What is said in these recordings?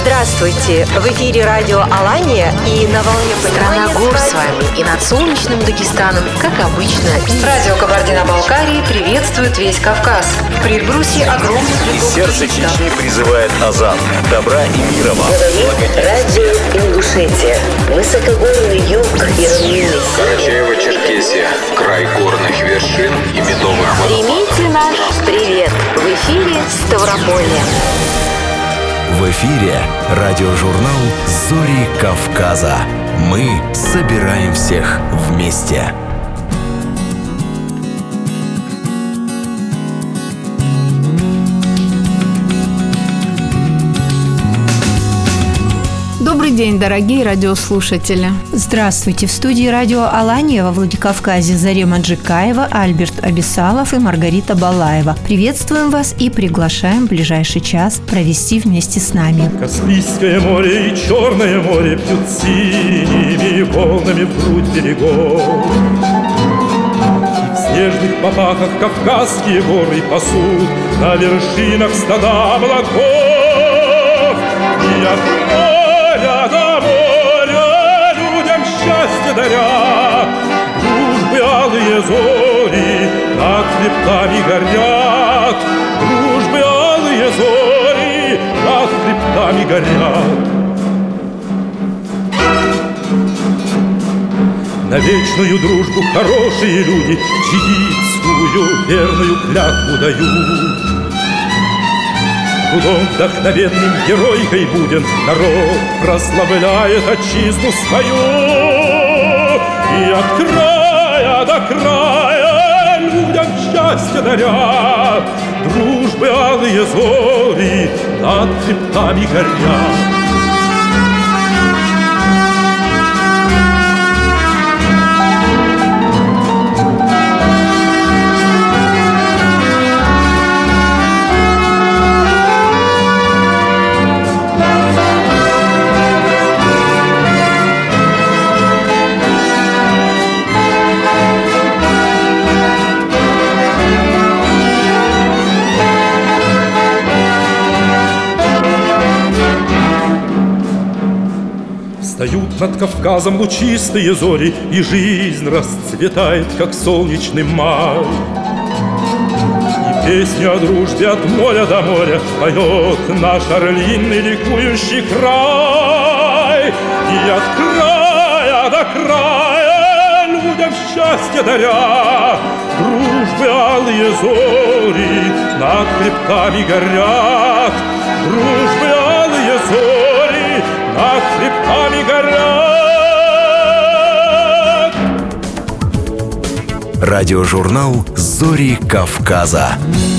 Здравствуйте! В эфире радио Алания и на волне Страна гор с вами и над солнечным Дагестаном, как обычно. Радио Кабардино-Балкарии приветствует весь Кавказ. В Эльбрусе огромный Из сердца Чечни призывает азан. Добра и мира вам. Радио Ингушетия. Высокогорный юг и равнины. Карачаево-Черкесия. Край горных вершин и медовых водопадов. Примите наш привет. В эфире Ставрополье. В эфире радиожурнал «Зори Кавказа». Мы собираем всех вместе. Добрый день, дорогие радиослушатели. Здравствуйте. В студии радио Алания во Владикавказе Зарема Джикаева, Альберт Абисалов и Маргарита Балаева. Приветствуем вас и приглашаем в ближайший час провести вместе с нами. Каспийское море и Черное море пьют синими волнами вглубь берегов. И в снежных попахах Кавказские горы пасут на вершинах стада облаков. И от моря до моря людям счастье даря, дружбы алые зори над хребтами горят, дружбы алые зори над хребтами горят. На вечную дружбу хорошие люди джигитскую верную клятву дают. Трудом вдохновенным геройкой будем народ прославляет отчизну свою. И от края до края людям счастье даря, дружбы алые зори над хребтами горят. Встают над Кавказом лучистые зори, и жизнь расцветает, как солнечный май. И песню о дружбе от моря до моря поет наш орлиный ликующий край. И от края до края людям счастье даря, дружбы алые зори над хребтами горят, дружбы алые зори над хребтами горят. Радиожурнал «Зори Кавказа».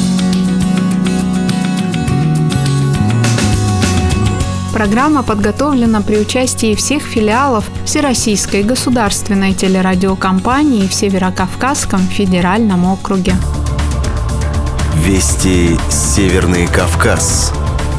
Программа подготовлена при участии всех филиалов Всероссийской государственной телерадиокомпании в Северокавказском федеральном округе. Вести Северный Кавказ.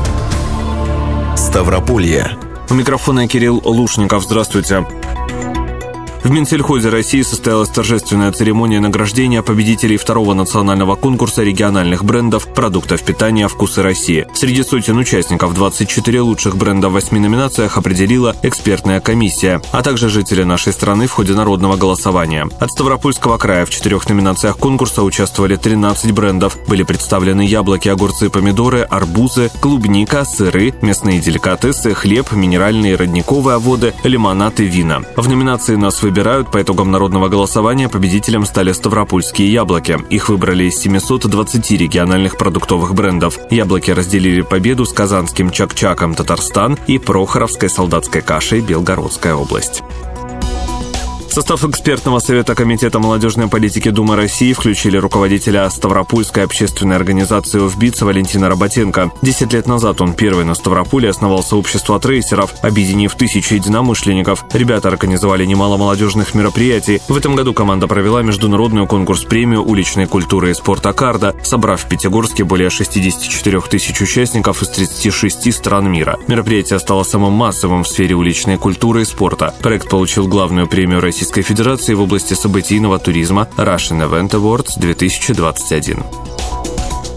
Ставрополье. У микрофона Кирилл Лушников. Здравствуйте. В Минсельхозе России состоялась торжественная церемония награждения победителей второго национального конкурса региональных брендов продуктов питания «Вкусы России». Среди сотен участников 24 лучших бренда в 8 номинациях определила экспертная комиссия, а также жители нашей страны в ходе народного голосования. От Ставропольского края в 4 номинациях конкурса участвовали 13 брендов. Были представлены яблоки, огурцы, помидоры, арбузы, клубника, сыры, мясные деликатесы, хлеб, минеральные родниковые воды, лимонад и вина. В номинации «Нас выбирают» по итогам народного голосования победителем стали ставропольские яблоки. Их выбрали из 720 региональных продуктовых брендов. Яблоки разделили победу с казанским чак-чаком «Татарстан» и прохоровской солдатской кашей «Белгородская область». В состав экспертного совета Комитета молодежной политики Думы России включили руководителя Ставропольской общественной организации «Уфбиц» Валентина Работенко. 10 лет назад он первый на Ставрополе основал сообщество трейсеров, объединив тысячи единомышленников. Ребята организовали немало молодежных мероприятий. В этом году команда провела международную конкурс-премию уличной культуры и спорта «Карда», собрав в Пятигорске более 64 тысяч участников из 36 стран мира. Мероприятие стало самым массовым в сфере уличной культуры и спорта. Проект получил главную премию Российской Федерации в области событийного туризма Russian Event Awards 2021.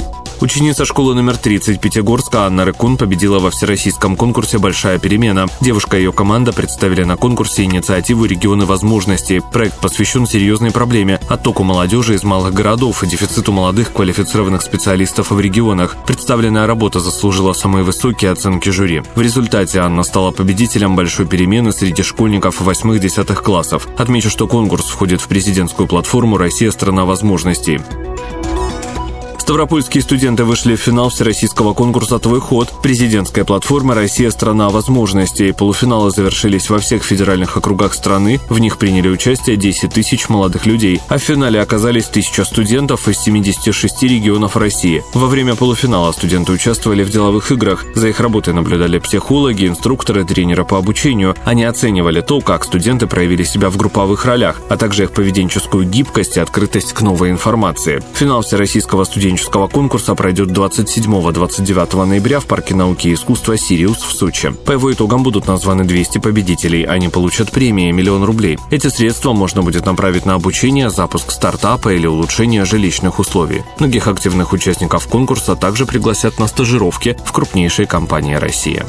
Ученица школы номер 30 Пятигорска Анна Рыкун победила во всероссийском конкурсе «Большая перемена». Девушка и ее команда представили на конкурсе инициативу «Регионы возможностей». Проект посвящен серьезной проблеме – оттоку молодежи из малых городов и дефициту молодых квалифицированных специалистов в регионах. Представленная работа заслужила самые высокие оценки жюри. В результате Анна стала победителем «Большой перемены» среди школьников 8-10 классов. Отмечу, что конкурс входит в президентскую платформу «Россия – страна возможностей». Ставропольские студенты вышли в финал всероссийского конкурса «Твой ход». Президентская платформа «Россия – страна возможностей». Полуфиналы завершились во всех федеральных округах страны. В них приняли участие 10 тысяч молодых людей. А в финале оказались 1000 студентов из 76 регионов России. Во время полуфинала студенты участвовали в деловых играх. За их работой наблюдали психологи, инструкторы, тренеры по обучению. Они оценивали то, как студенты проявили себя в групповых ролях, а также их поведенческую гибкость и открытость к новой информации. Финал всероссийского студенческого конкурса пройдет 27-29 ноября в Парке науки и искусства «Сириус» в Сочи. По его итогам будут названы 200 победителей. Они получат премии – 1 000 000 рублей. Эти средства можно будет направить на обучение, запуск стартапа или улучшение жилищных условий. Многих активных участников конкурса также пригласят на стажировки в крупнейшие компании России.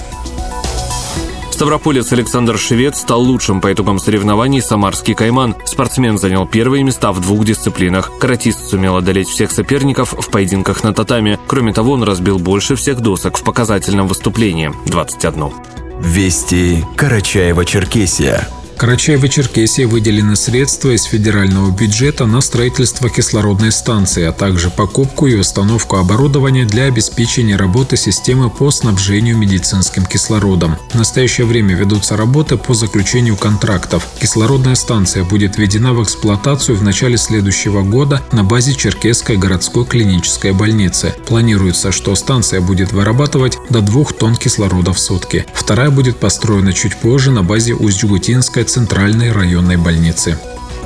Ставрополец Александр Швец стал лучшим по итогам соревнований «Самарский Кайман». Спортсмен занял первые места в 2 дисциплинах. Каратист сумел одолеть всех соперников в поединках на татами. Кроме того, он разбил больше всех досок в показательном выступлении – 21. Вести Карачаево-Черкесия. Карачаево-Черкесии выделены средства из федерального бюджета на строительство кислородной станции, а также покупку и установку оборудования для обеспечения работы системы по снабжению медицинским кислородом. В настоящее время ведутся работы по заключению контрактов. Кислородная станция будет введена в эксплуатацию в начале следующего года на базе Черкесской городской клинической больницы. Планируется, что станция будет вырабатывать до 2 тонн кислорода в сутки. Вторая будет построена чуть позже на базе Усть-Жгутинской центральной районной больницы.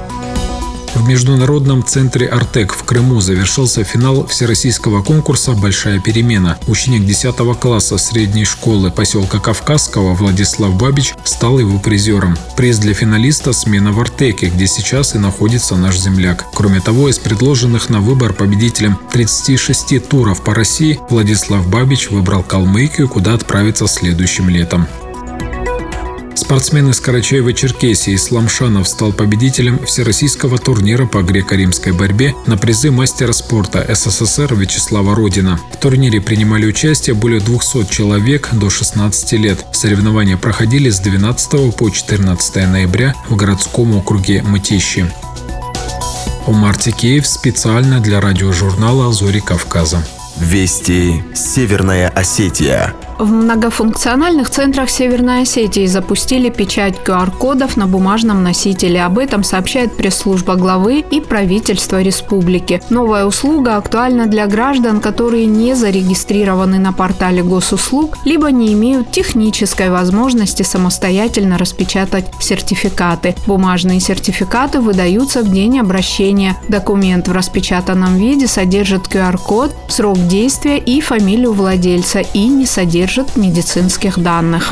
В Международном центре «Артек» в Крыму завершился финал всероссийского конкурса «Большая перемена». Ученик 10 класса средней школы поселка Кавказского Владислав Бабич стал его призером. Приз для финалиста – смена в «Артеке», где сейчас и находится наш земляк. Кроме того, из предложенных на выбор победителем 36 туров по России Владислав Бабич выбрал Калмыкию, куда отправиться следующим летом. Спортсмен из Карачаево-Черкесии Ислам Шанов стал победителем всероссийского турнира по греко-римской борьбе на призы мастера спорта СССР Вячеслава Родина. В турнире принимали участие более 200 человек до 16 лет. Соревнования проходили с 12 по 14 ноября в городском округе Мытищи. Омар Тикеев специально для радиожурнала «Зори Кавказа». Вести Северная Осетия. В многофункциональных центрах Северной Осетии запустили печать QR-кодов на бумажном носителе. Об этом сообщает пресс-служба главы и правительства республики. Новая услуга актуальна для граждан, которые не зарегистрированы на портале госуслуг, либо не имеют технической возможности самостоятельно распечатать сертификаты. Бумажные сертификаты выдаются в день обращения. Документ в распечатанном виде содержит QR-код, срок действия и фамилию владельца и не содержит медицинских данных.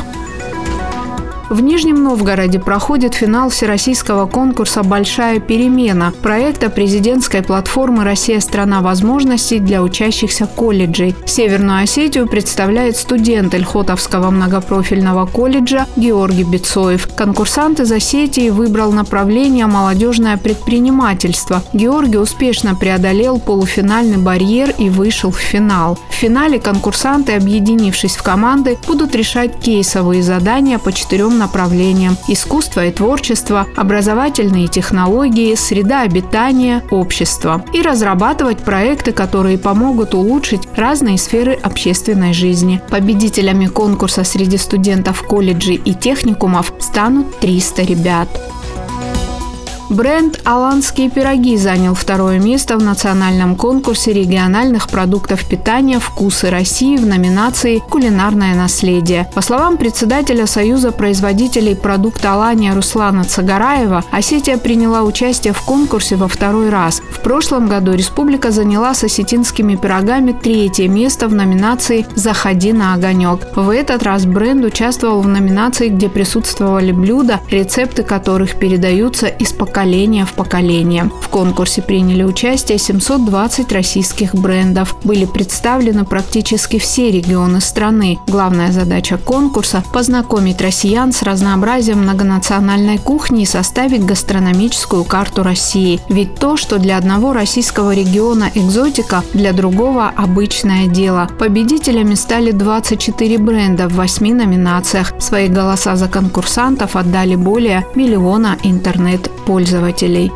В Нижнем Новгороде проходит финал всероссийского конкурса «Большая перемена» проекта президентской платформы «Россия – страна возможностей» для учащихся колледжей. Северную Осетию представляет студент Ильхотовского многопрофильного колледжа Георгий Бецоев. Конкурсант из Осетии выбрал направление «Молодежное предпринимательство». Георгий успешно преодолел полуфинальный барьер и вышел в финал. В финале конкурсанты, объединившись в команды, будут решать кейсовые задания по 4 направлениям: искусство и творчество, образовательные технологии, среда обитания, общество, и разрабатывать проекты, которые помогут улучшить разные сферы общественной жизни. Победителями конкурса среди студентов колледжей и техникумов станут 300 ребят. Бренд «Аланские пироги» занял 2 место в национальном конкурсе региональных продуктов питания «Вкусы России» в номинации «Кулинарное наследие». По словам председателя Союза производителей продукта «Алания» Руслана Цагараева, Осетия приняла участие в конкурсе во 2-й раз. В прошлом году республика заняла с осетинскими пирогами 3-е место в номинации «Заходи на огонек». В этот раз бренд участвовал в номинации, где присутствовали блюда, рецепты которых передаются из поколения поколения в поколение. В конкурсе приняли участие 720 российских брендов. Были представлены практически все регионы страны. Главная задача конкурса – познакомить россиян с разнообразием многонациональной кухни и составить гастрономическую карту России. Ведь то, что для одного российского региона экзотика, для другого – обычное дело. Победителями стали 24 бренда в 8 номинациях. Свои голоса за конкурсантов отдали более 1 миллиона интернет-пользователей.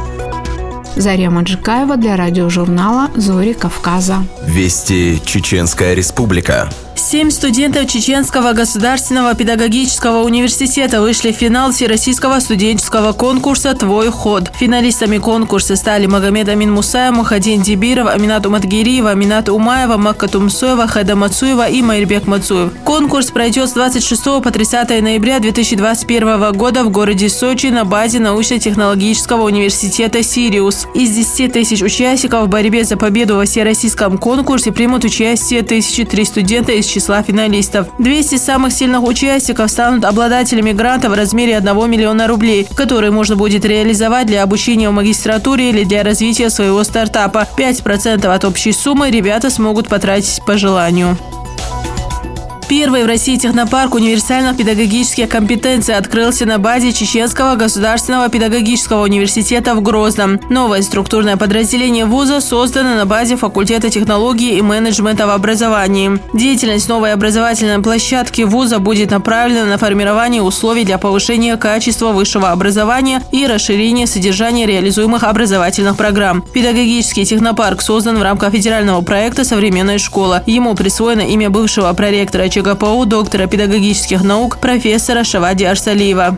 Зарема Маджикаева для радиожурнала «Зори Кавказа». Вести Чеченская Республика. 7 студентов Чеченского государственного педагогического университета вышли в финал всероссийского студенческого конкурса «Твой ход». Финалистами конкурса стали Магомед Амин Мусаев, Мухаддин Дибиров, Аминат Уматгириева, Аминат Умаева, Макка Тумсоева, Хайда Мацуева и Майрбек Мацуев. Конкурс пройдет с 26 по 30 ноября 2021 года в городе Сочи на базе научно-технологического университета «Сириус». Из 10 тысяч участников в борьбе за победу во всероссийском конкурсе примут участие 1003 студента из числа финалистов. 200 самых сильных участников станут обладателями гранта в размере 1 миллиона рублей, который можно будет реализовать для обучения в магистратуре или для развития своего стартапа. 5% от общей суммы ребята смогут потратить по желанию. Первый в России технопарк универсальных педагогических компетенций открылся на базе Чеченского государственного педагогического университета в Грозном. Новое структурное подразделение вуза создано на базе факультета технологии и менеджмента в образовании. Деятельность новой образовательной площадки вуза будет направлена на формирование условий для повышения качества высшего образования и расширения содержания реализуемых образовательных программ. Педагогический технопарк создан в рамках федерального проекта «Современная школа». Ему присвоено имя бывшего проректора ЧГПУ, доктора педагогических наук, профессора Шавади Арсалиева.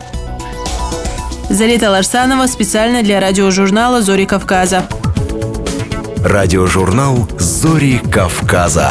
Залита Ларсанова специально для радиожурнала «Зори Кавказа». Радиожурнал «Зори Кавказа».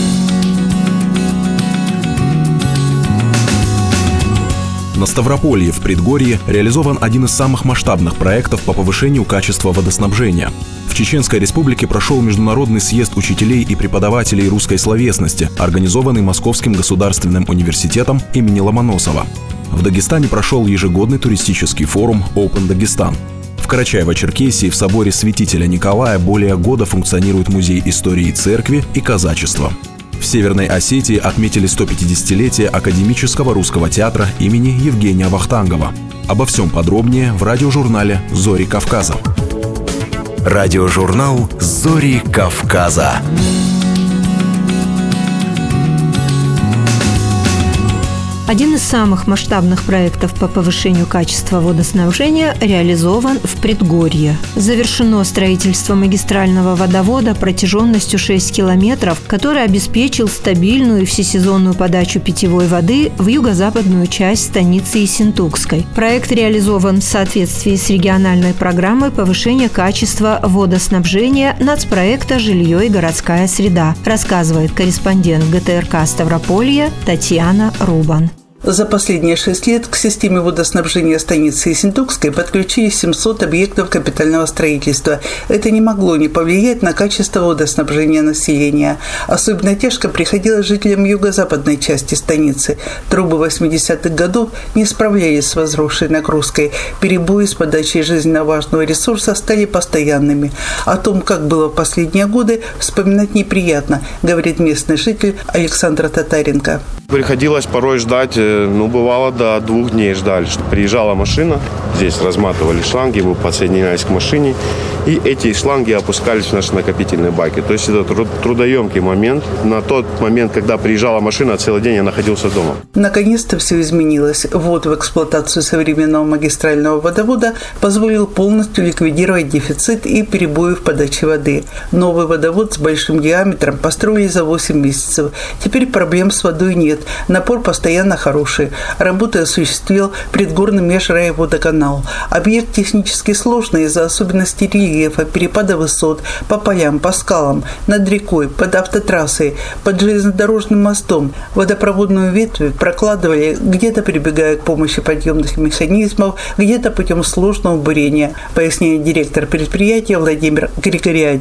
На Ставрополье в предгорье реализован один из самых масштабных проектов по повышению качества водоснабжения. В Чеченской Республике прошел Международный съезд учителей и преподавателей русской словесности, организованный Московским государственным университетом имени Ломоносова. В Дагестане прошел ежегодный туристический форум Open Dagestan. В Карачаево-Черкесии в соборе святителя Николая более года функционирует музей истории церкви и казачества. В Северной Осетии отметили 150-летие Академического русского театра имени Евгения Вахтангова. Обо всем подробнее в радиожурнале «Зори Кавказа». Радиожурнал «Зори Кавказа». Один из самых масштабных проектов по повышению качества водоснабжения реализован в предгорье. Завершено строительство магистрального водовода протяженностью 6 километров, который обеспечил стабильную и всесезонную подачу питьевой воды в юго-западную часть станицы Ессентукской. Проект реализован в соответствии с региональной программой повышения качества водоснабжения нацпроекта «Жилье и городская среда», рассказывает корреспондент ГТРК Ставрополья Татьяна Рубан. За последние 6 лет к системе водоснабжения станицы Ессентукской подключили 700 объектов капитального строительства. Это не могло не повлиять на качество водоснабжения населения. Особенно тяжко приходилось жителям юго-западной части станицы. Трубы 80-х годов не справлялись с возросшей нагрузкой. Перебои с подачей жизненно важного ресурса стали постоянными. О том, как было в последние годы, вспоминать неприятно, говорит местный житель Александр Татаренко. Приходилось порой ждать, бывало до 2 дней ждали, что приезжала машина, здесь разматывали шланги, мы подсоединялись к машине, и эти шланги опускались в наши накопительные баки. То есть это трудоемкий момент. На тот момент, когда приезжала машина, целый день я находился дома. Наконец-то все изменилось. Ввод в эксплуатацию современного магистрального водовода позволил полностью ликвидировать дефицит и перебои в подаче воды. Новый водовод с большим диаметром построили за 8 месяцев. Теперь проблем с водой нет. Напор постоянно хороший. Работы осуществил предгорный межрайводоканал. Объект технически сложный из-за особенностей рельефа, перепада высот, по полям, по скалам, над рекой, под автотрассой, под железнодорожным мостом. Водопроводную ветвь прокладывали, где-то прибегая к помощи подъемных механизмов, где-то путем сложного бурения, поясняет директор предприятия Владимир Григориадис.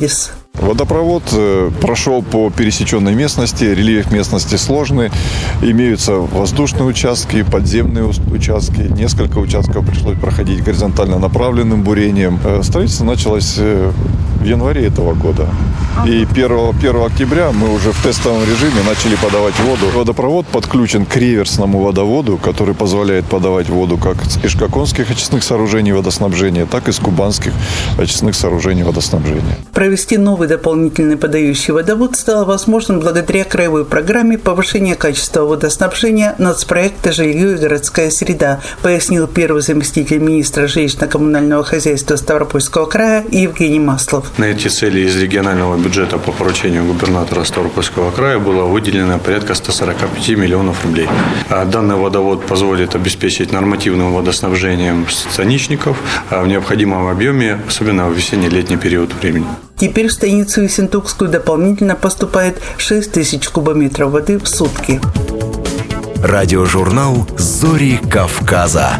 Водопровод прошел по пересеченной местности, рельеф местности сложный. Имеются воздушные участки, подземные участки. Несколько участков пришлось проходить горизонтально направленным бурением. Строительство началось в январе этого года. И 1 октября мы уже в тестовом режиме начали подавать воду. Водопровод подключен к реверсному водоводу, который позволяет подавать воду как с Кишкаконских очистных сооружений водоснабжения, так и с кубанских очистных сооружений водоснабжения. Провести новый дополнительный подающий водовод стало возможным благодаря краевой программе повышения качества водоснабжения нацпроекта «Жилье и городская среда», пояснил первый заместитель министра жилищно-коммунального хозяйства Ставропольского края Евгений Маслов. На эти цели из регионального бюджета по поручению губернатора Ставропольского края было выделено порядка 145 миллионов рублей. Данный водовод позволит обеспечить нормативным водоснабжением станичников в необходимом объеме, особенно в весенне-летний период времени. Теперь в станицу Ессентукскую дополнительно поступает 6 тысяч кубометров воды в сутки. Радиожурнал «Зори Кавказа».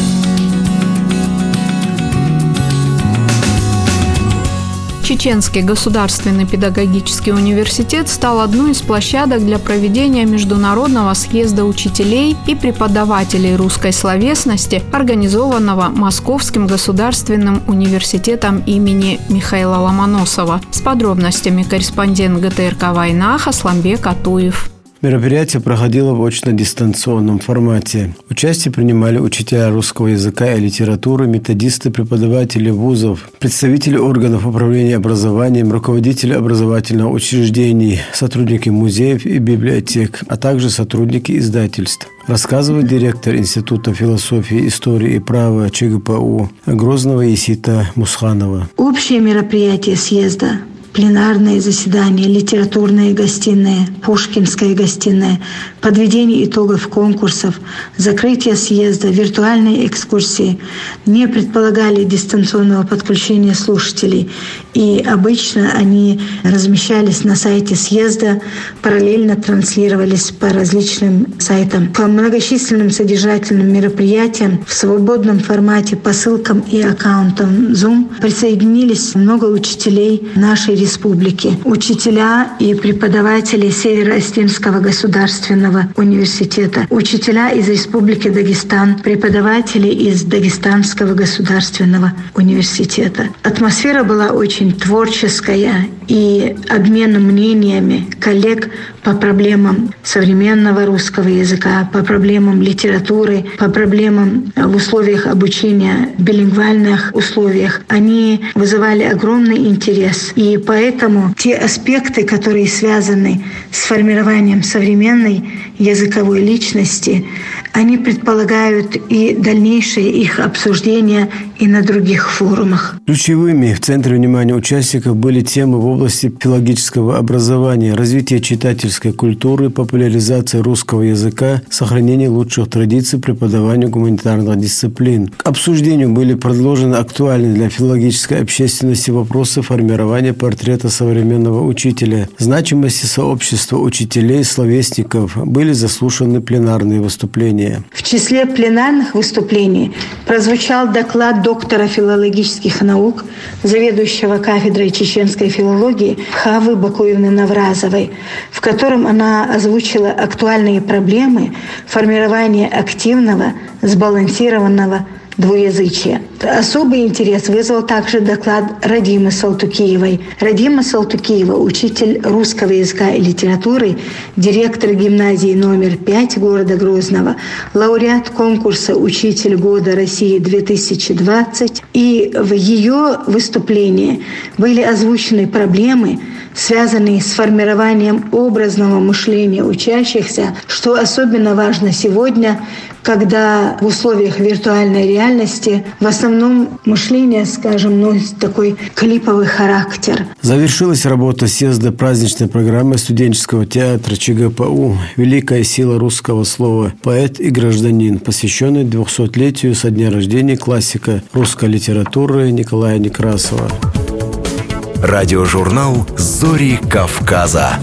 Чеченский государственный педагогический университет стал одной из площадок для проведения Международного съезда учителей и преподавателей русской словесности, организованного Московским государственным университетом имени Михаила Ломоносова. С подробностями корреспондент ГТРК «Войнах» Асламбек Атуев. Мероприятие проходило в очно-дистанционном формате. Участие принимали учителя русского языка и литературы, методисты, преподаватели вузов, представители органов управления образованием, руководители образовательных учреждений, сотрудники музеев и библиотек, а также сотрудники издательств. Рассказывает директор Института философии, истории и права ЧГПУ Грозного Исита Мусханова. Общее мероприятие съезда, пленарные заседания, литературные гостиные, Пушкинская гостиная, подведение итогов конкурсов, закрытие съезда, виртуальные экскурсии не предполагали дистанционного подключения слушателей, и обычно они размещались на сайте съезда, параллельно транслировались по различным сайтам. По многочисленным содержательным мероприятиям в свободном формате по ссылкам и аккаунтам Zoom присоединились много учителей нашей республики, учителя и преподаватели Северо-Остинского государственного университета, учителя из Республики Дагестан, преподаватели из Дагестанского государственного университета. Атмосфера была очень творческая, и обмен мнениями коллег по проблемам современного русского языка, по проблемам литературы, по проблемам в условиях обучения, в билингвальных условиях, они вызывали огромный интерес. И поэтому те аспекты, которые связаны с формированием современной языковой личности, они предполагают и дальнейшее их обсуждение и на других форумах. Ключевыми в центре внимания участников были темы в области филологического образования, развития читательской культуры, популяризация русского языка, сохранение лучших традиций преподавания гуманитарных дисциплин. К обсуждению были предложены актуальные для филологической общественности вопросы формирования портрета современного учителя, значимости сообщества учителей, словесников. Были заслушаны пленарные выступления. В числе пленарных выступлений прозвучал доклад доктора филологических наук, заведующего кафедрой чеченской филологии Хавы Бакуевны Навразовой, в котором она озвучила актуальные проблемы формирования активного, сбалансированного двуязычия. Особый интерес вызвал также доклад Радимы Салтукиевой. Радима Салтукиева – учитель русского языка и литературы, директор гимназии номер 5 города Грозного, лауреат конкурса «Учитель года России-2020». И в ее выступлении были озвучены проблемы, связанные с формированием образного мышления учащихся, что особенно важно сегодня, когда в условиях виртуальной реальности в основном мышление, скажем, носит такой клиповый характер. Завершилась работа съезда праздничной программы студенческого театра ЧГПУ «Великая сила русского слова. Поэт и гражданин», посвященной 200-летию со дня рождения классика русской литературы Николая Некрасова. Радиожурнал «Зори Кавказа».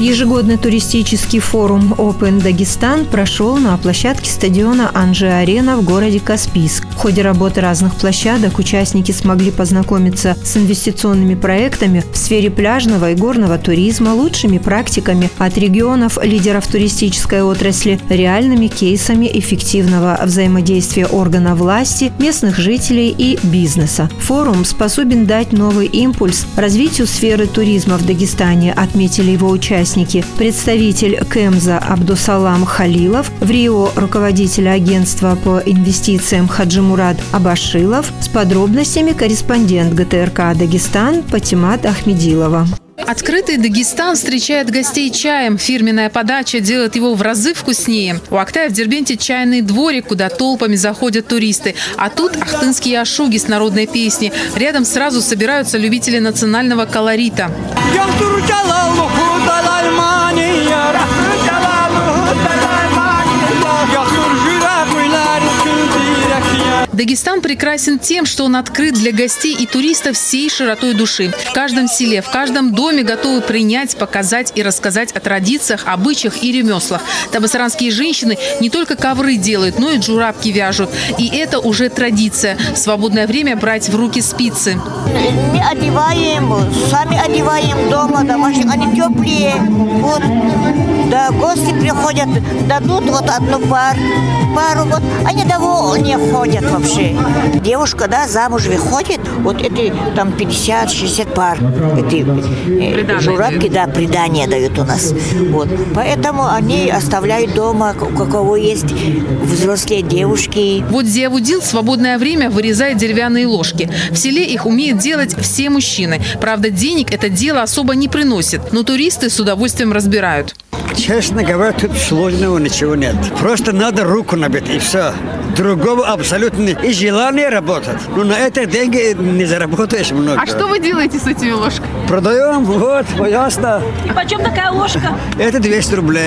Ежегодный туристический форум Open Дагестан прошел на площадке стадиона Анжи-Арена в городе Каспийск. В ходе работы разных площадок участники смогли познакомиться с инвестиционными проектами в сфере пляжного и горного туризма, лучшими практиками от регионов лидеров туристической отрасли, реальными кейсами эффективного взаимодействия органов власти, местных жителей и бизнеса. Форум способен дать новый импульс развитию сферы туризма в Дагестане, отметили его участники. Представитель КЭМЗа Абдусалам Халилов, в Рио руководитель агентства по инвестициям Хаджимурад Абашилов, с подробностями корреспондент ГТРК «Дагестан» Патимат Ахмедилова. Открытый Дагестан встречает гостей чаем. Фирменная подача делает его в разы вкуснее. У Актая в Дербенте чайный дворик, куда толпами заходят туристы. А тут ахтынские ашуги с народной песней. Рядом сразу собираются любители национального колорита. Дагестан прекрасен тем, что он открыт для гостей и туристов всей широтой души. В каждом селе, в каждом доме готовы принять, показать и рассказать о традициях, обычаях и ремеслах. Табасаранские женщины не только ковры делают, но и джурабки вяжут. И это уже традиция. В свободное время брать в руки спицы. Мы одеваем, сами одеваем дома, домашние, они теплые. Вот. Да, гости приходят, дадут вот одну пару, вот, они довольны ходят вообще. Девушка, да, замуж выходит, вот эти там 50-60 пар, эти журабки, да, придания дают у нас. Вот. Поэтому они оставляют дома, у кого есть взрослые девушки. Вот Зиавудин в свободное время вырезает деревянные ложки. В селе их умеют делать все мужчины. Правда, денег это дело особо не приносит, но туристы с удовольствием разбирают. Честно говоря, тут сложного ничего нет. Просто надо руку набить, и все. Другого абсолютно и желание работать. Но на это деньги не заработаешь много. А что вы делаете с этими ложками? Продаем, вот, ясно. И почем такая ложка? Это 200 рублей.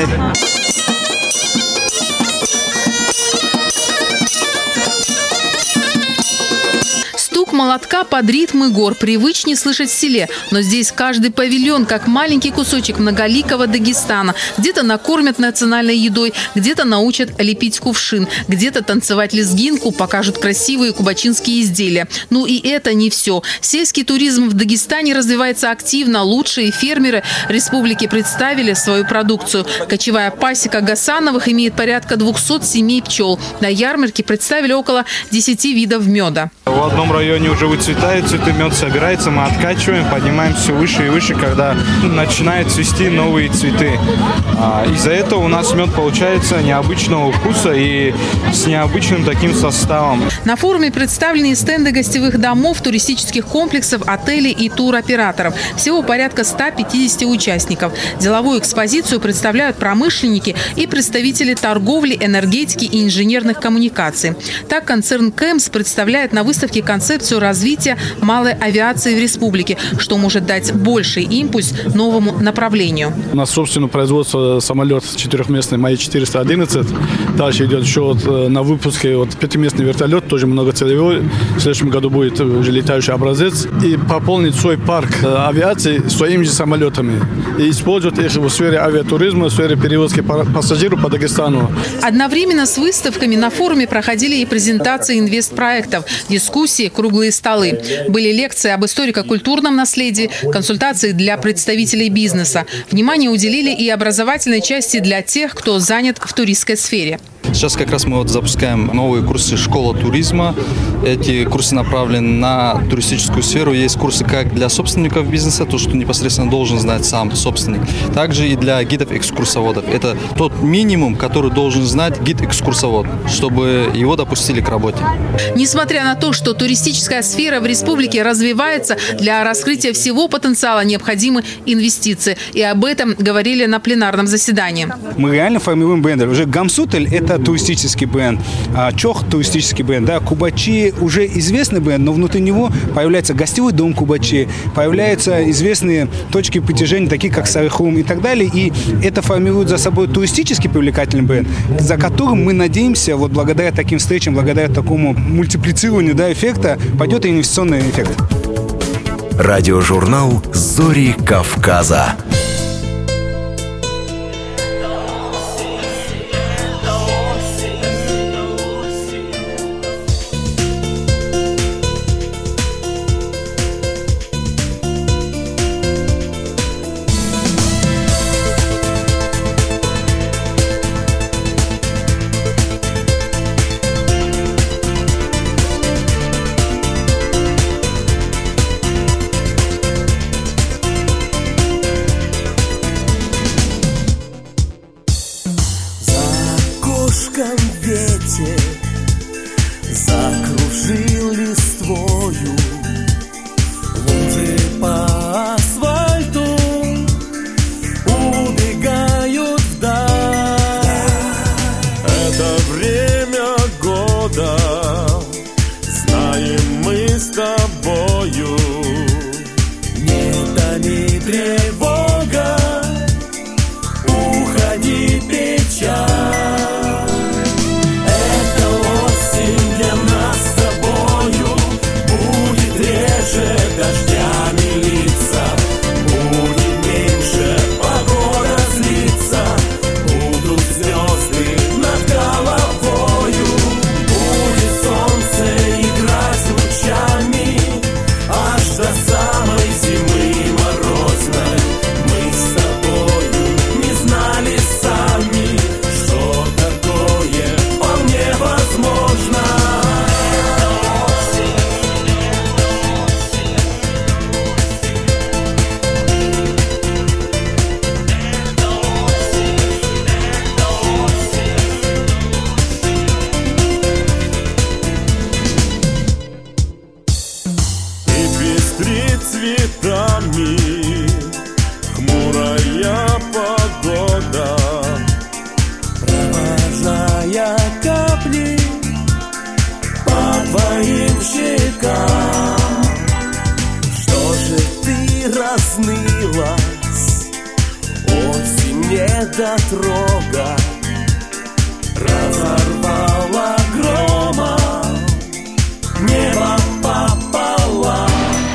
Молотка под ритмы гор привычнее слышать в селе, но здесь каждый павильон как маленький кусочек многоликого Дагестана. Где-то накормят национальной едой, где-то научат лепить кувшин, где-то танцевать лезгинку, покажут красивые кубачинские изделия. Ну и это не все. Сельский туризм в Дагестане развивается активно. Лучшие фермеры республики представили свою продукцию. Кочевая пасека Гасановых имеет порядка 200 семей пчел. На ярмарке представили около 10 видов меда. В одном районе уже выцветает, цветы, мед собирается, мы откачиваем, поднимаем все выше и выше, когда начинают цвести новые цветы. Из-за этого у нас мед получается необычного вкуса и с необычным таким составом. На форуме представлены стенды гостевых домов, туристических комплексов, отелей и туроператоров. Всего порядка 150 участников. Деловую экспозицию представляют промышленники и представители торговли, энергетики и инженерных коммуникаций. Так, концерн КЭМЗ представляет на выставке концепцию развития малой авиации в республике, что может дать больший импульс новому направлению. У нас собственное производство самолет четырехместный МАИ-411. Дальше идет еще на выпуске пятиместный вертолет, тоже многоцелевой. В следующем году будет уже летающий образец. И пополнить свой парк авиации своими же самолетами. И использовать их в сфере авиатуризма, в сфере перевозки пассажиров по Дагестану. Одновременно с выставками на форуме проходили и презентации инвестпроектов, дискуссии, круглые столы. Были лекции об историко-культурном наследии, консультации для представителей бизнеса. Внимание уделили и образовательной части для тех, кто занят в туристской сфере. Сейчас как раз мы запускаем новые курсы «Школа туризма». Эти курсы направлены на туристическую сферу. Есть курсы как для собственников бизнеса, то, что непосредственно должен знать сам собственник. Также и для гидов-экскурсоводов. Это тот минимум, который должен знать гид-экскурсовод, чтобы его допустили к работе. Несмотря на то, что туристическая сфера в республике развивается, для раскрытия всего потенциала необходимы инвестиции. И об этом говорили на пленарном заседании. Мы реально формируем бренды. Уже Гамсутель – это туристический бренд, Чох – туристический бренд, да, Кубачи – уже известный бренд, но внутри него появляется гостевой дом Кубачи, появляются известные точки притяжения, такие как Сарыхум и так далее, и это формирует за собой туристически привлекательный бренд, за которым мы надеемся, вот благодаря таким встречам, благодаря такому мультиплицированию, да, эффекта, пойдет и инвестиционный эффект. Радиожурнал «Зори Кавказа». недотрога разорвала громом небо пополам.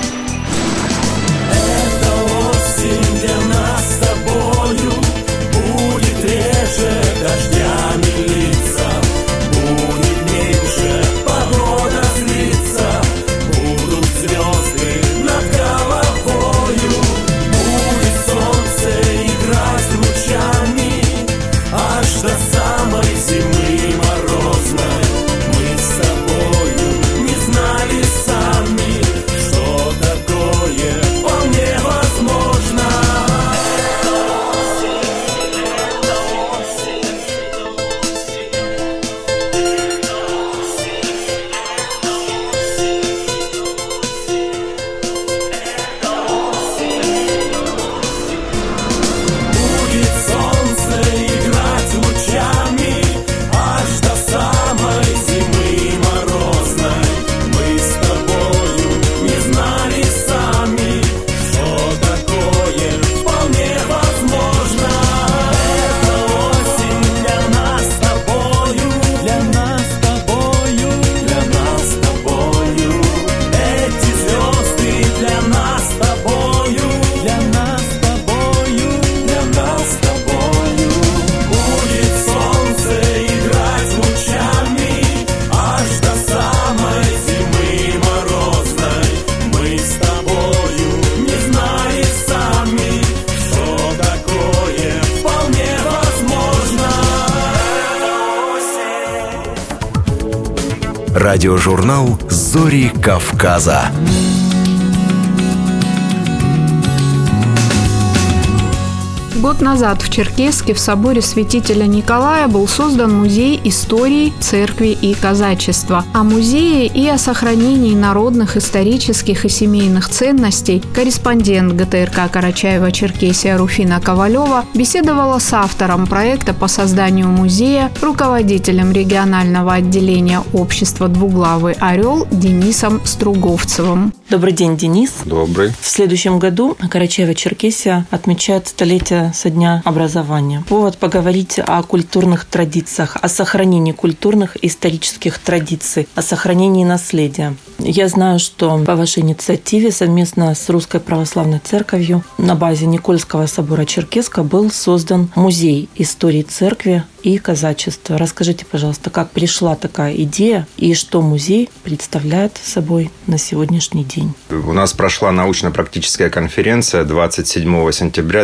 Эта осень для нас с тобою будет реже дождями литься, будет меньше погода злиться, будут звезды над головою, будет солнце играть лучами аж до самой зимы морозной. Мы с тобою не знали сами, что такое вполне возможно. Будет солнце играть лучами аж до самой зимы морозной. Мы с тобою не знали сами, что такое вполне возможно. Это осень для нас с тобою, для нас с тобою, для нас с тобою. Эти звезды для нас с тобою, для нас с тобою, для нас с тобою. Будет солнце играть лучами аж до самой зимы морозной. Мы с тобою не знали сами, что такое вполне возможно. Радиожурнал «Зори Кавказа». Год назад в Черкесске в соборе святителя Николая был создан музей истории, церкви и казачества. О музее и о сохранении народных, исторических и семейных ценностей корреспондент ГТРК Карачаево-Черкесия Руфина Ковалева беседовала с автором проекта по созданию музея, руководителем регионального отделения общества «Двуглавый орел» Денисом Струговцевым. Добрый день, Денис. Добрый. В следующем году Карачаево-Черкесия отмечает столетие со дня образования. Повод поговорить о культурных традициях, о сохранении культурных и исторических традиций, о сохранении наследия. Я знаю, что по вашей инициативе совместно с Русской Православной Церковью на базе Никольского собора Черкесска был создан музей истории церкви и казачества. Расскажите, пожалуйста, как пришла такая идея и что музей представляет собой на сегодняшний день? У нас прошла научно-практическая конференция 27 сентября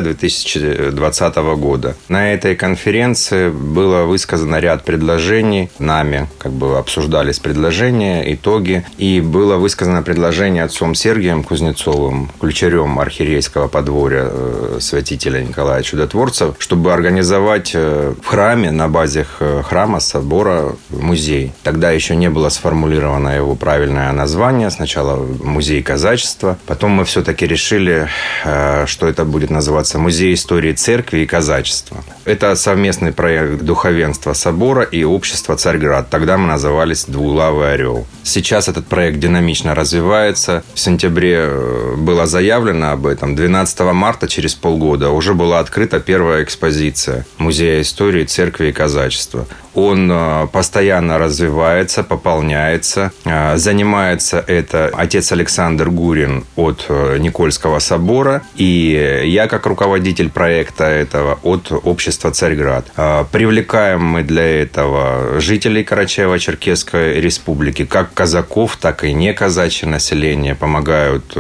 2020 года. На этой конференции было высказано ряд предложений. Нами обсуждались предложения, итоги. И было высказано предложение отцом Сергием Кузнецовым, ключарем архиерейского подворья святителя Николая Чудотворца, чтобы организовать в храме, на базе храма, собора, музей. Тогда еще не было сформулировано его правильное название. Сначала музей казачества. Потом мы все-таки решили, что это будет называться музей истории церкви и казачества. Это совместный проект духовенства собора и общества Царьград. Тогда мы назывались «Двуглавый орел». Сейчас этот проект динамично развивается. В сентябре было заявлено об этом. 12 марта, через полгода, уже была открыта первая экспозиция Музея истории церкви и казачества. Он постоянно развивается, пополняется. Занимается это отец Александр Гурин от Никольского собора и я, как руководитель проекта этого, от общества Царьград. Привлекаем мы для этого жителей Карачаево-Черкесской республики, как казаков, так и не казачье население. Помогают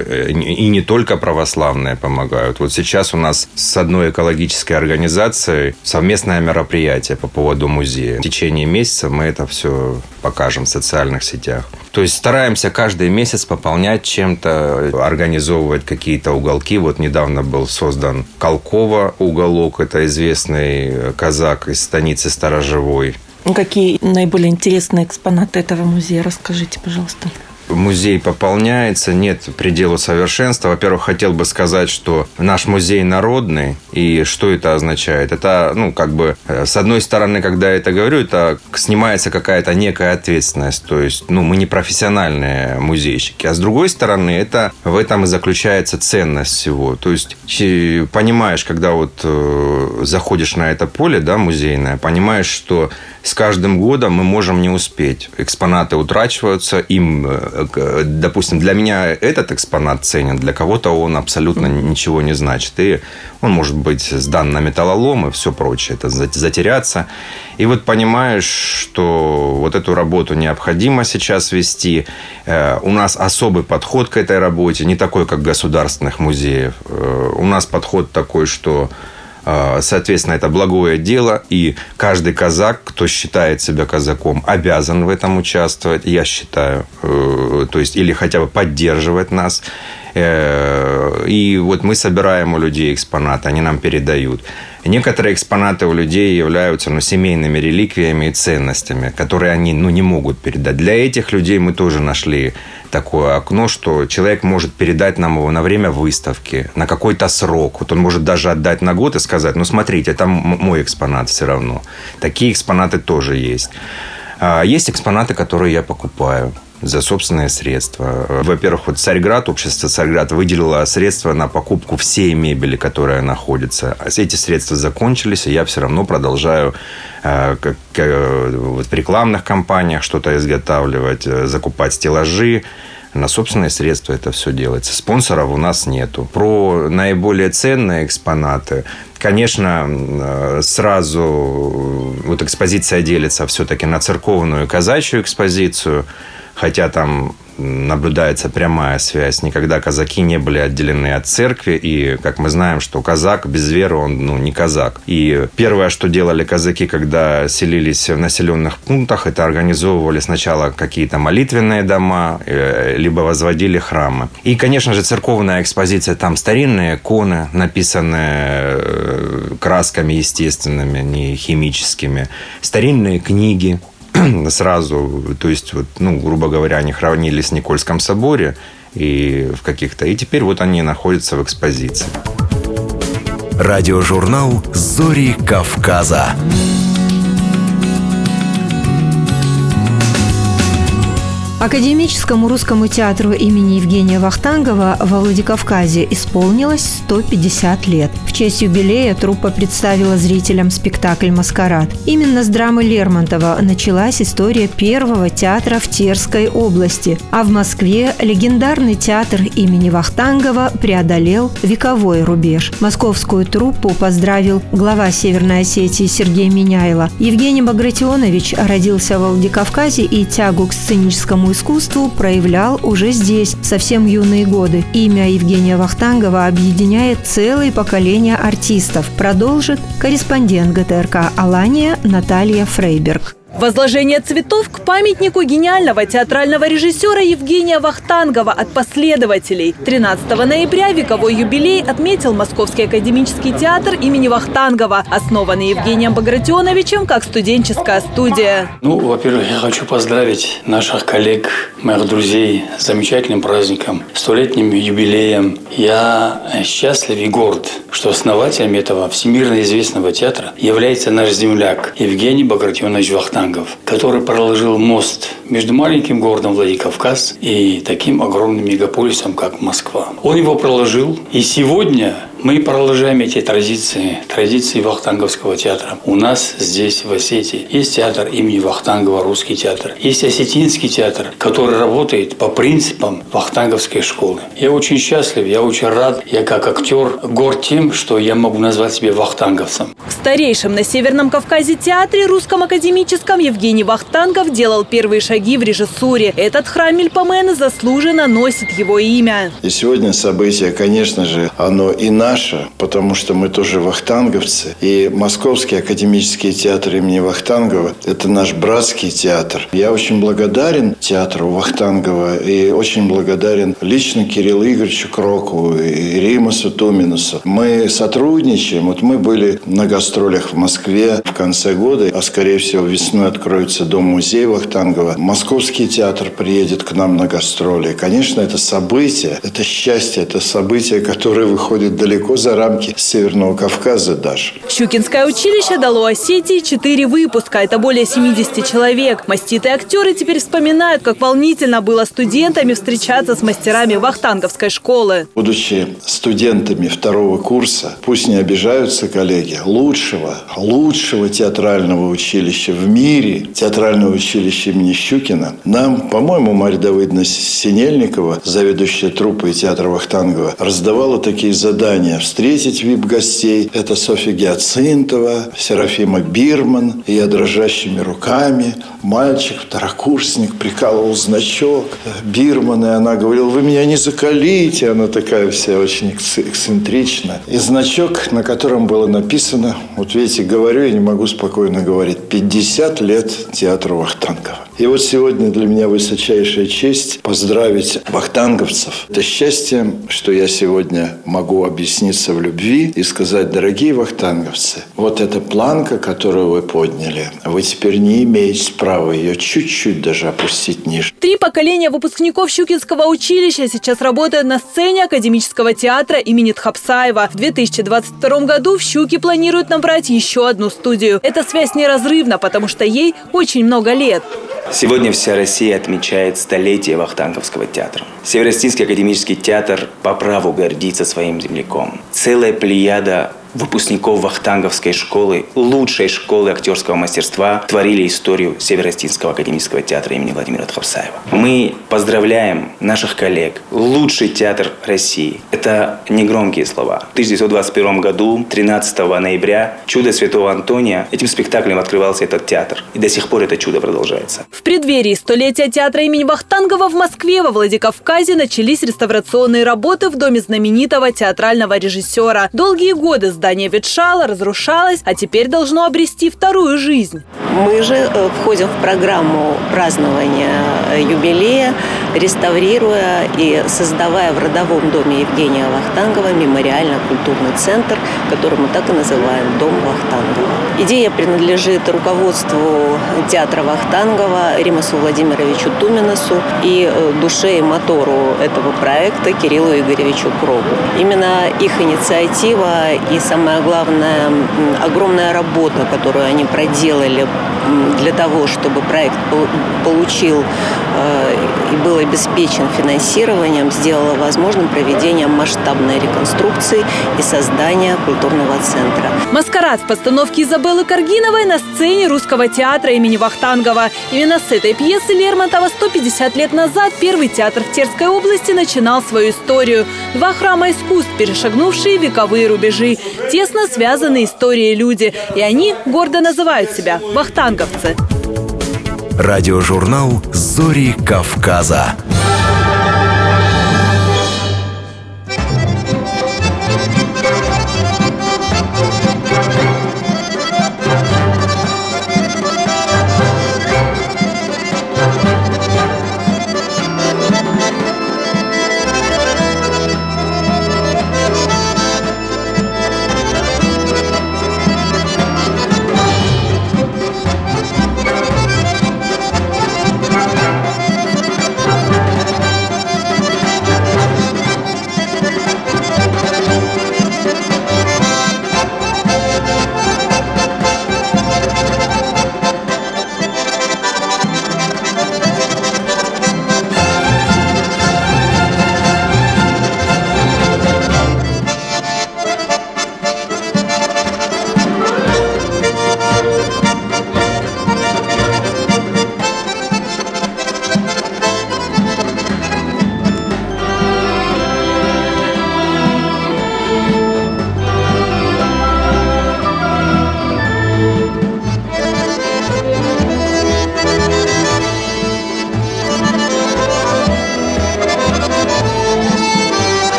и не только православные помогают. Вот сейчас у нас с одной экологической организацией совместное мероприятие по поводу музея. В течение месяца мы это все покажем в социальных сетях. То есть стараемся каждый месяц пополнять чем-то, организовывать какие-то уголки. Вот недавно был создан Колково уголок. Это известный казак из станицы Сторожевой. Какие наиболее интересные экспонаты этого музея? Расскажите, пожалуйста. Музей пополняется, нет предела совершенства. Во-первых, хотел бы сказать, что наш музей народный, и что это означает? Это, с одной стороны, когда я это говорю, это снимается какая-то некая ответственность, то есть, мы не профессиональные музейщики, а с другой стороны, это в этом и заключается ценность всего. То есть, понимаешь, когда заходишь на это поле, да, музейное, понимаешь, что с каждым годом мы можем не успеть. Экспонаты утрачиваются, допустим, для меня этот экспонат ценен, для кого-то он абсолютно ничего не значит. И он может быть сдан на металлолом и все прочее, это затеряться. И понимаешь, что эту работу необходимо сейчас вести. У нас особый подход к этой работе, не такой, как государственных музеев. У нас подход такой, что соответственно, это благое дело, и каждый казак, кто считает себя казаком, обязан в этом участвовать, я считаю, то есть, или хотя бы поддерживать нас. И мы собираем у людей экспонаты, они нам передают. Некоторые экспонаты у людей являются семейными реликвиями и ценностями, которые они не могут передать. Для этих людей мы тоже нашли такое окно, что человек может передать нам его на время выставки, на какой-то срок. Он может даже отдать на год и сказать, смотрите, это мой экспонат все равно. Такие экспонаты тоже есть. Есть экспонаты, которые я покупаю за собственные средства. Во-первых, Царьград, общество Царьград выделило средства на покупку всей мебели, которая находится. Эти средства закончились, и я все равно продолжаю в рекламных кампаниях что-то изготавливать, закупать стеллажи. На собственные средства это все делается. Спонсоров у нас нету. Про наиболее ценные экспонаты, конечно, сразу экспозиция делится все-таки на церковную и казачью экспозицию. Хотя там наблюдается прямая связь. Никогда казаки не были отделены от церкви. И, как мы знаем, что казак без веры, он не казак. И первое, что делали казаки, когда селились в населенных пунктах, это организовывали сначала какие-то молитвенные дома, либо возводили храмы. И, конечно же, церковная экспозиция. Там старинные иконы, написанные красками естественными, не химическими. Старинные книги. Сразу, то есть, грубо говоря, они хранились в Никольском соборе и в каких-то. И теперь они находятся в экспозиции. Радиожурнал «Зори Кавказа». Академическому русскому театру имени Евгения Вахтангова во Владикавказе исполнилось 150 лет. В честь юбилея труппа представила зрителям спектакль «Маскарад». Именно с драмы Лермонтова началась история первого театра в Терской области, а в Москве легендарный театр имени Вахтангова преодолел вековой рубеж. Московскую труппу поздравил глава Северной Осетии Сергей Миняйло. Евгений Багратионович родился во Владикавказе и тягу к сценическому искусству проявлял уже здесь, в совсем юные годы. Имя Евгения Вахтангова объединяет целое поколение артистов, продолжит корреспондент ГТРК «Алания» Наталья Фрейберг. Возложение цветов к памятнику гениального театрального режиссера Евгения Вахтангова от последователей. 13 ноября вековой юбилей отметил Московский академический театр имени Вахтангова, основанный Евгением Багратионовичем как студенческая студия. Во-первых, я хочу поздравить наших коллег, моих друзей с замечательным праздником, 100-летним юбилеем. Я счастлив и горд, что основателем этого всемирно известного театра является наш земляк Евгений Багратионович Вахтангов, который проложил мост между маленьким городом Владикавказ и таким огромным мегаполисом, как Москва. Он его проложил, и сегодня мы продолжаем эти традиции Вахтанговского театра. У нас здесь, в Осетии, есть театр имени Вахтангова, русский театр. Есть осетинский театр, который работает по принципам Вахтанговской школы. Я очень счастлив, я очень рад. Я как актер горд тем, что я могу назвать себя вахтанговцем. В старейшем на Северном Кавказе театре русском академическом Евгений Вахтангов делал первые шаги в режиссуре. Этот храм Мельпомена заслуженно носит его имя. И сегодня событие, конечно же, оно иначе наша, потому что мы тоже вахтанговцы. И Московский академический театр имени Вахтангова – это наш братский театр. Я очень благодарен театру Вахтангова и очень благодарен лично Кириллу Игоревичу Крокову и Римасу Туминусу. Мы сотрудничаем. Вот мы были на гастролях в Москве в конце года, а скорее всего весной откроется дом-музей Вахтангова. Московский театр приедет к нам на гастроли. Конечно, это событие, это счастье, это событие, которое выходит далеко за рамки Северного Кавказа даже. Щукинское училище дало Осетии 4 выпуска. Это более 70 человек. Маститые актеры теперь вспоминают, как волнительно было студентами встречаться с мастерами вахтанговской школы. Будучи студентами 2-го курса, пусть не обижаются коллеги, лучшего театрального училища в мире, театрального училища имени Щукина, нам, по-моему, Марья Давыдовна Синельникова, заведующая труппой театра Вахтангова, раздавала такие задания: встретить вип-гостей. Это Софья Гиацинтова, Серафима Бирман. И я дрожащими руками, мальчик, второкурсник, прикалывал значок Бирман, и она говорила: вы меня не закалите. Она такая вся очень эксцентричная. И значок, на котором было написано, вот видите, говорю, я не могу спокойно говорить, 50 лет театру Вахтангова. И вот сегодня для меня высочайшая честь поздравить вахтанговцев. Это счастье, что я сегодня могу объясниться в любви и сказать: дорогие вахтанговцы, вот эта планка, которую вы подняли, вы теперь не имеете права ее чуть-чуть даже опустить ниже. 3 поколения выпускников Щукинского училища сейчас работают на сцене Академического театра имени Тхапсаева. В 2022 году в Щуке планируют набрать еще одну студию. Эта связь неразрывна, потому что ей очень много лет. Сегодня вся Россия отмечает столетие Вахтанговского театра. Северо-Осетинский академический театр по праву гордится своим земляком. Целая плеяда выпускников Вахтанговской школы, лучшей школы актерского мастерства, творили историю Северо-Осетинского академического театра имени Владимира Тхапсаева. Мы поздравляем наших коллег. Лучший театр России. Это не громкие слова. В 1921 году, 13 ноября, «Чудо Святого Антония», этим спектаклем открывался этот театр. И до сих пор это чудо продолжается. В преддверии столетия театра имени Вахтангова в Москве во Владикавказе начались реставрационные работы в доме знаменитого театрального режиссера. Долгие годы здание ветшало, разрушалось, а теперь должно обрести вторую жизнь. Мы же входим в программу празднования юбилея, реставрируя и создавая в родовом доме Евгения Вахтангова мемориально-культурный центр, который мы так и называем «Дом Вахтангова». Идея принадлежит руководству театра Вахтангова Римасу Владимировичу Туминусу и душе и мотору этого проекта Кириллу Игоревичу Кроку. Именно их инициатива и, самое главное, огромная работа, которую они проделали для того, чтобы проект получил и был обеспечен финансированием, сделала возможным проведение масштабной реконструкции и создание культурного центра. «Маскарад» в постановке Изабеллы Каргиновой на сцене Русского театра имени Вахтангова. Именно с этой пьесы Лермонтова 150 лет назад Первый театр в Терской области начинал свою историю. 2 храма искусств, перешагнувшие вековые рубежи. Тесно связаны историей люди. И они гордо называют себя вахтанговцы. Радиожурнал «Зори Кавказа».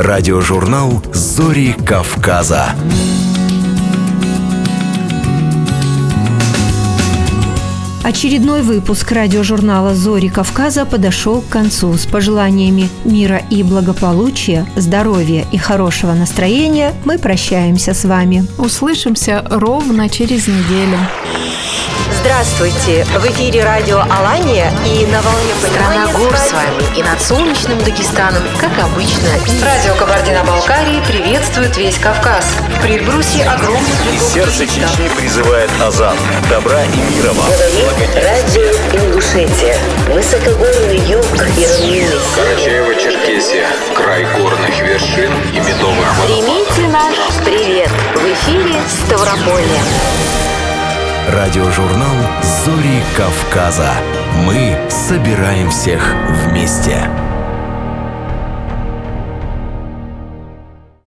Радиожурнал «Зори Кавказа». Очередной выпуск радиожурнала «Зори Кавказа» подошел к концу. С пожеланиями мира и благополучия, здоровья и хорошего настроения мы прощаемся с вами. Услышимся ровно через неделю. Здравствуйте! В эфире радио Алания и на волне «Страна гор» с вами и над солнечным Дагестаном, как обычно. Радио Кабардино-Балкарии приветствует весь Кавказ. В предбрусье огромных Из сердца Чечни призывает азан. Добра и мира вам. Радио Ингушетия. Высокогорный юг и равнины. Карачаево-Черкесия. Край горных вершин и медовых водопадов. Примите наш привет. В эфире Ставрополье. Радиожурнал «Зори Кавказа». Мы собираем всех вместе.